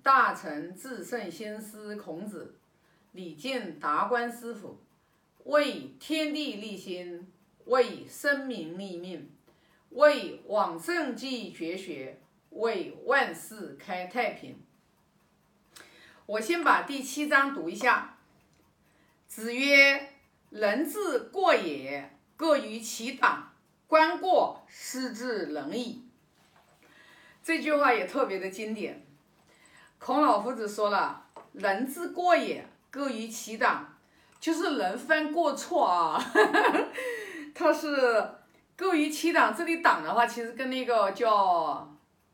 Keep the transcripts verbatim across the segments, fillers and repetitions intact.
大成至圣先师孔子，礼敬达观师傅，为天地立心，为生民立命，为往圣继绝学，为万世开太平。我先把第七章读一下。子曰：人之过也，各于其党，观过，失之能矣。这句话也特别的经典。孔老夫子说了，人之过也，各于其党，就是人犯过错啊，他是各于其党。这里党的话，其实跟那个叫，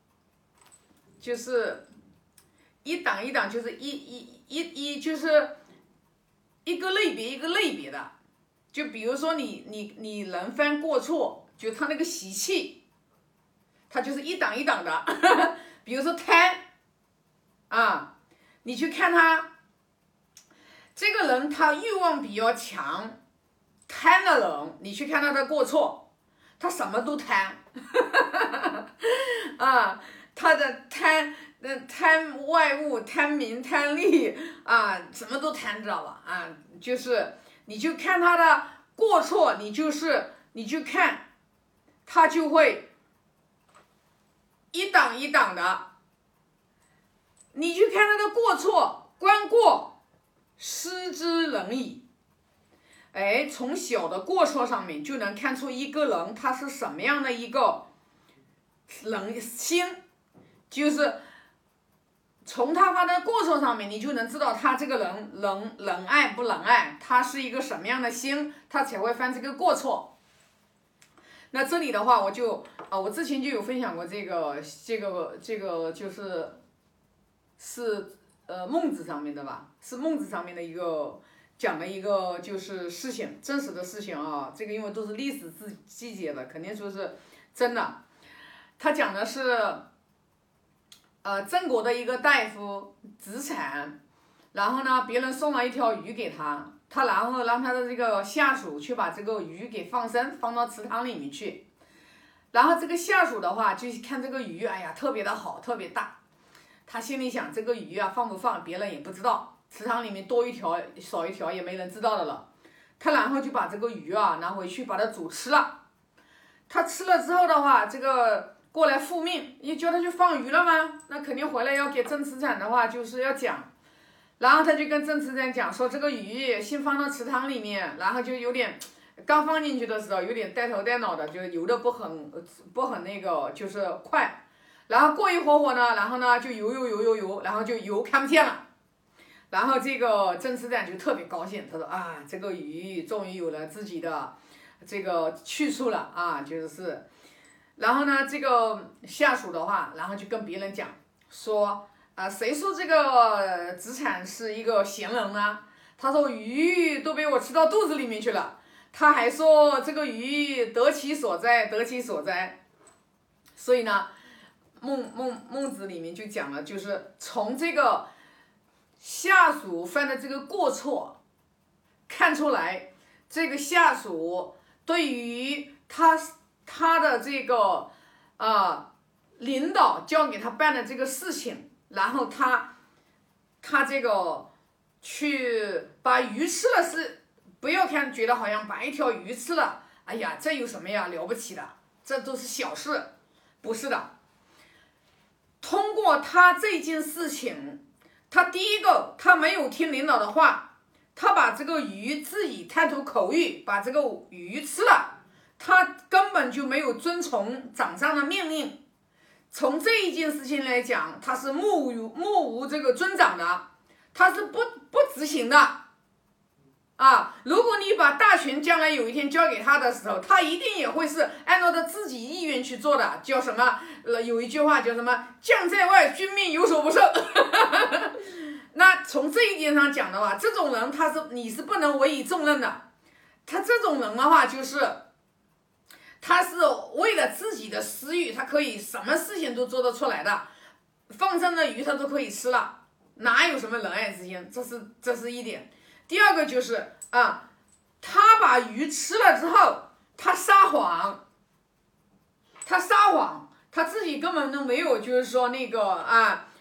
就是一党一党，就是一一一一就是一个类别一个类别的。就比如说你你你人犯过错，就他那个习气，他就是一党一党的。比如说贪啊，你去看他这个人，他欲望比较强，贪的人，你去看他的过错，他什么都贪。啊，他的贪，贪外物，贪名，贪利啊，什么都贪，知道吧？啊，就是你就看他的过错，你就是你去看，他就会一档一档的。你去看他的过错，观过，失之能矣。哎，从小的过错上面就能看出一个人他是什么样的一个人心，就是从他发的过错上面，你就能知道他这个人仁仁爱不仁爱，他是一个什么样的心，他才会犯这个过错。那这里的话，我就啊，我之前就有分享过这个这个这个就是是呃孟子上面的吧，是孟子上面的一个讲的一个就是事情，真实的事情啊，这个因为都是历史记记载的，肯定说是真的。他讲的是，呃，郑国的一个大夫子产，然后呢，别人送了一条鱼给他，他然后让他的这个下属去把这个鱼给放生，放到池塘里面去。然后这个下属的话，就看这个鱼，哎呀，特别的好，特别大。他心里想，这个鱼啊，放不放，别人也不知道，池塘里面多一条少一条也没人知道的了。他然后就把这个鱼啊拿回去，把它煮吃了。他吃了之后的话，这个过来复命，你叫他去放鱼了吗？那肯定回来要给郑慈产的话，就是要讲。然后他就跟郑慈产讲说，这个鱼先放到池塘里面，然后就有点，刚放进去的时候有点带头带脑的，就游的不很不很那个，就是快。然后过一会儿呢，然后呢就游游游游游，然后就游看不见了。然后这个郑慈产就特别高兴，他说啊，这个鱼终于有了自己的这个去处了啊，就是。然后呢，这个下属的话，然后就跟别人讲说，啊，谁说这个子产是一个闲人呢？他说鱼都被我吃到肚子里面去了。他还说这个鱼得其所哉，得其所哉。所以呢，孟孟孟子里面就讲了，就是从这个下属犯的这个过错，看出来这个下属对于他。他的这个呃领导交给他办的这个事情，然后他他这个去把鱼吃了，是不要看觉得好像把一条鱼吃了，哎呀，这有什么呀了不起的，这都是小事，不是的。通过他这件事情，他第一个他没有听领导的话，他把这个鱼自己贪图口欲，把这个鱼吃了。他根本就没有遵从长上的命令，从这一件事情来讲，他是目无目无这个尊长的，他是不不执行的，啊！如果你把大权将来有一天交给他的时候，他一定也会是按照他自己意愿去做的。叫什么？呃，有一句话叫什么？将在外，君命有所不受。那从这一点上讲的话，这种人他是你是不能委以重任的。他这种人的话，就是。他是为了自己的私欲，他可以什么事情都做得出来的，放生的鱼他都可以吃了，哪有什么仁爱之心？这是这是一点。第二个就是啊，他把鱼吃了之后，他撒谎，他撒谎，他自己根本都没有，就是说那个啊，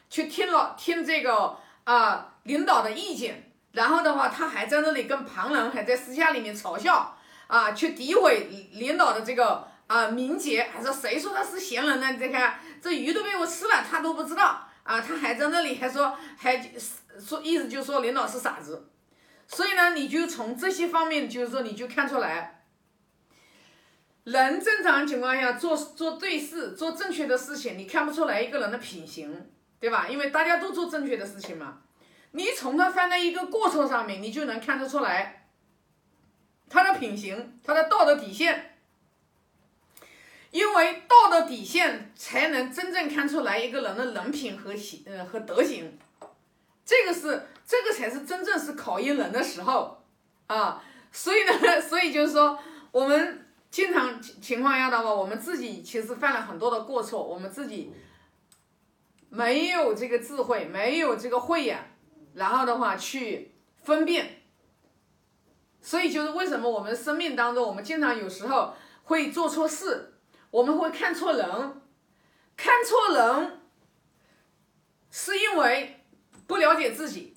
去听了听这个啊、呃、领导的意见，然后的话他还在那里跟旁人还在私下里面嘲笑啊，去诋毁领导的这个啊名节，还说谁说他是贤人呢？你看这鱼都被我吃了，他都不知道啊，他还在那里还说还说意思就是说领导是傻子。所以呢，你就从这些方面，就是说你就看出来，人正常情况下做做对事，做正确的事情，你看不出来一个人的品行，对吧？因为大家都做正确的事情嘛。你从他犯的一个过错上面，你就能看得出来他的品行，他的道德底线。因为道德底线才能真正看出来一个人的人品和行呃和德行。这个是这个才是真正是考验人的时候啊，所以呢，所以就是说，我们经常情况下的话，我们自己其实犯了很多的过错，我们自己没有这个智慧，没有这个慧眼，然后的话去分辨。所以就是为什么我们生命当中，我们经常有时候会做错事，我们会看错人，看错人是因为不了解自己。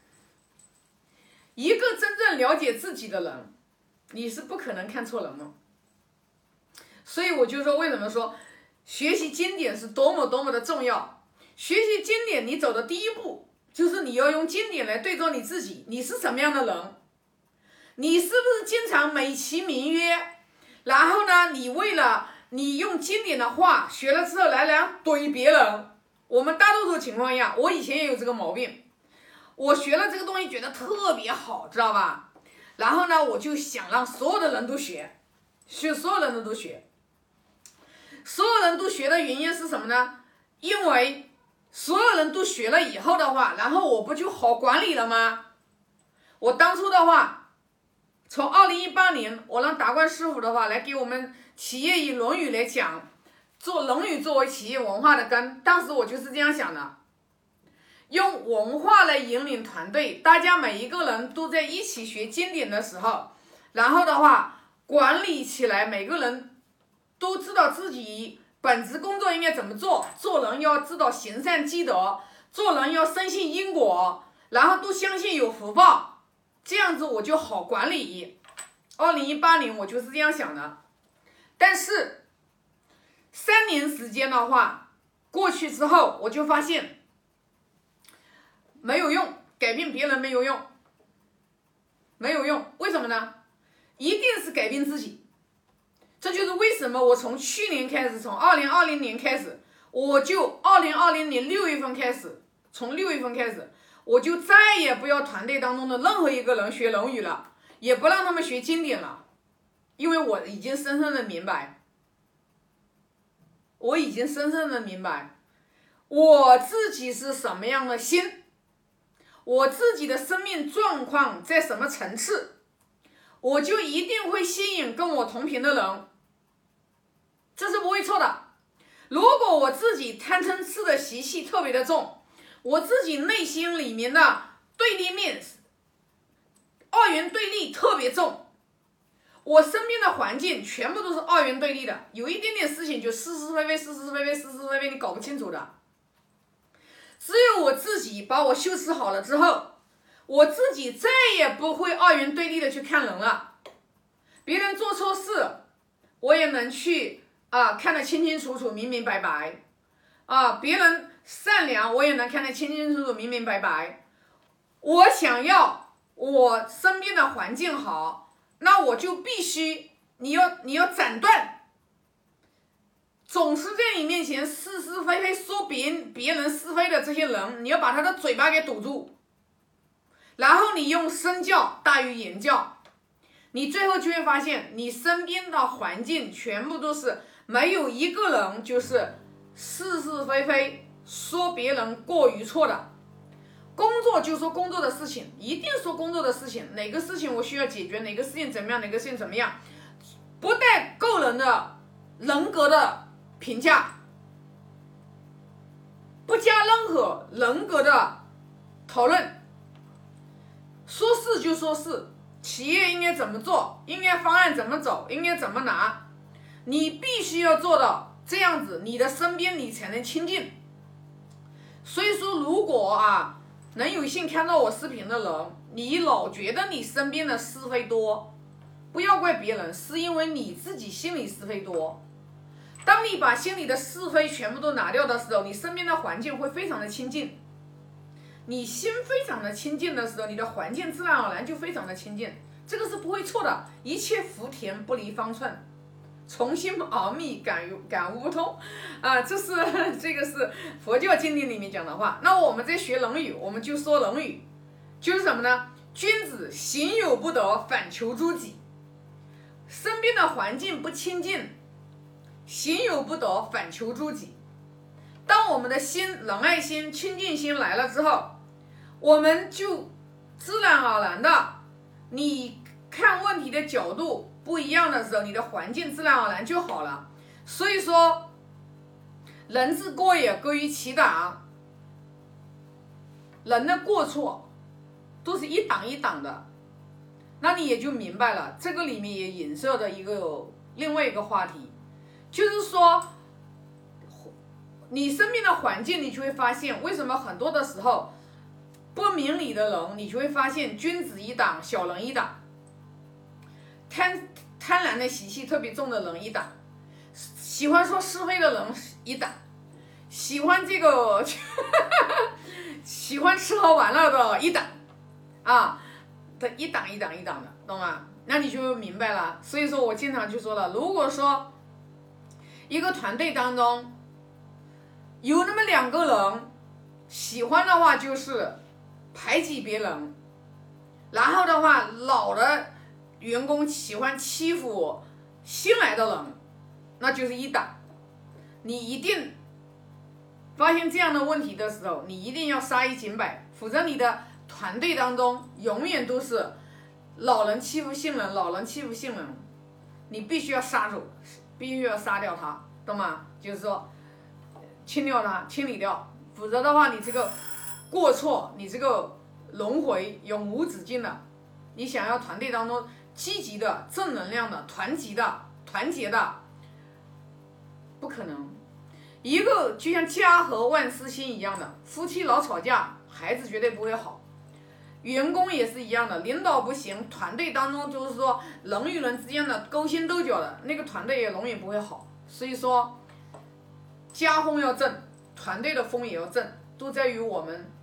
一个真正了解自己的人，你是不可能看错人的。所以我就说，为什么说学习经典是多么多么的重要。学习经典，你走的第一步就是你要用经典来对照你自己，你是什么样的人，你是不是经常美其名曰，然后呢，你为了你用经典的话学了之后来来怼别人。我们大多数情况下，我以前也有这个毛病，我学了这个东西觉得特别好，知道吧？然后呢，我就想让所有的人都学，学所有人都学。所有人都学的原因是什么呢？因为所有人都学了以后的话，然后我不就好管理了吗？我当初的话，从二零一八年，我让达观师傅的话来给我们企业以《论语》来讲，做《论语》作为企业文化的根。当时我就是这样想的，用文化来引领团队，大家每一个人都在一起学经典的时候，然后的话管理起来，每个人都知道自己本职工作应该怎么做，做人要知道行善积德，做人要深信因果，然后都相信有福报，这样子我就好管理。二零一八年我就是这样想的。但是三年时间的话过去之后，我就发现没有用，改变别人没有用，没有用。为什么呢？一定是改变自己。这就是为什么我从去年开始，从二零二零年开始，我就二零二零年六月份开始，从六月份开始，我就再也不要团队当中的任何一个人学《论语》了，也不让他们学经典了，因为我已经深深的明白，我已经深深的明白，我自己是什么样的心，我自己的生命状况在什么层次，我就一定会吸引跟我同频的人，这是不会错的。如果我自己贪嗔痴的习气特别的重，我自己内心里面的对立面，二元对立特别重，我身边的环境全部都是二元对立的，有一点点事情就是是非非是是非非是是非非，你搞不清楚的。只有我自己把我修持好了之后，我自己再也不会二元对立的去看人了。别人做错事，我也能去啊看得清清楚楚、明明白白。啊，别人善良，我也能看得清清楚楚、明明白白。我想要我身边的环境好，那我就必须你要你要斩断。总是在你面前是是非非说别别人是非的这些人，你要把他的嘴巴给堵住，然后你用身教大于言教，你最后就会发现你身边的环境全部都是没有一个人就是是是非非说别人过于错的。工作就说工作的事情，一定说工作的事情，哪个事情我需要解决，哪个事情怎么样，哪个事情怎么样，不带个人的人格的评价，不加任何人格的讨论，说是就说是，企业应该怎么做，应该方案怎么走，应该怎么拿，你必须要做到这样子，你的身边你才能亲近。 所以说，如果啊能有幸看到我视频的人，你老觉得你身边的是非多，不要怪别人，是因为你自己心里是非多。当你把心里的是非全部都拿掉的时候，你身边的环境会非常的清净。你心非常的清净的时候，你的环境自然而然就非常的清净，这个是不会错的。一切福田不离方寸，从心而觅感感悟不通啊，这是这个是佛教经典里面讲的话。那我们在学《论语》，我们就说《论语》就是什么呢？君子行有不得，反求诸己。身边的环境不清净，行有不得，反求诸己。当我们的心仁爱心清净心来了之后，我们就自然而然的，你看问题的角度不一样的时候，你的环境自然而然就好了。所以说人之过也各于其党，人的过错都是一档一档的。那你也就明白了，这个里面也影射的一个另外一个话题，就是说你身边的环境，你就会发现为什么很多的时候不明理的人，你就会发现君子一党，小人一党，贪贪婪的习气特别重的人一党，喜欢说是非的人一党，喜欢这个喜欢吃喝玩乐的一党啊，的一党一党一党的，懂吗？那你就明白了。所以说我经常就说了，如果说一个团队当中有那么两个人喜欢的话，就是排挤别人，然后的话老的员工喜欢欺负新来的人，那就是一党。你一定发现这样的问题的时候，你一定要杀一儆百，否则你的团队当中永远都是老人欺负新人，老人欺负新人，你必须要杀走，必须要杀掉他，懂吗？就是说清掉它，清理掉，否则的话，你这个过错，你这个轮回永无止境的。你想要团队当中积极的、正能量的、团结的、团结的，不可能。一个就像家和万事兴一样的，夫妻老吵架，孩子绝对不会好。员工也是一样的，领导不行，团队当中就是说人与人之间的勾心斗角的那个团队也永远不会好。所以说家风要正，团队的风也要正，都在于我们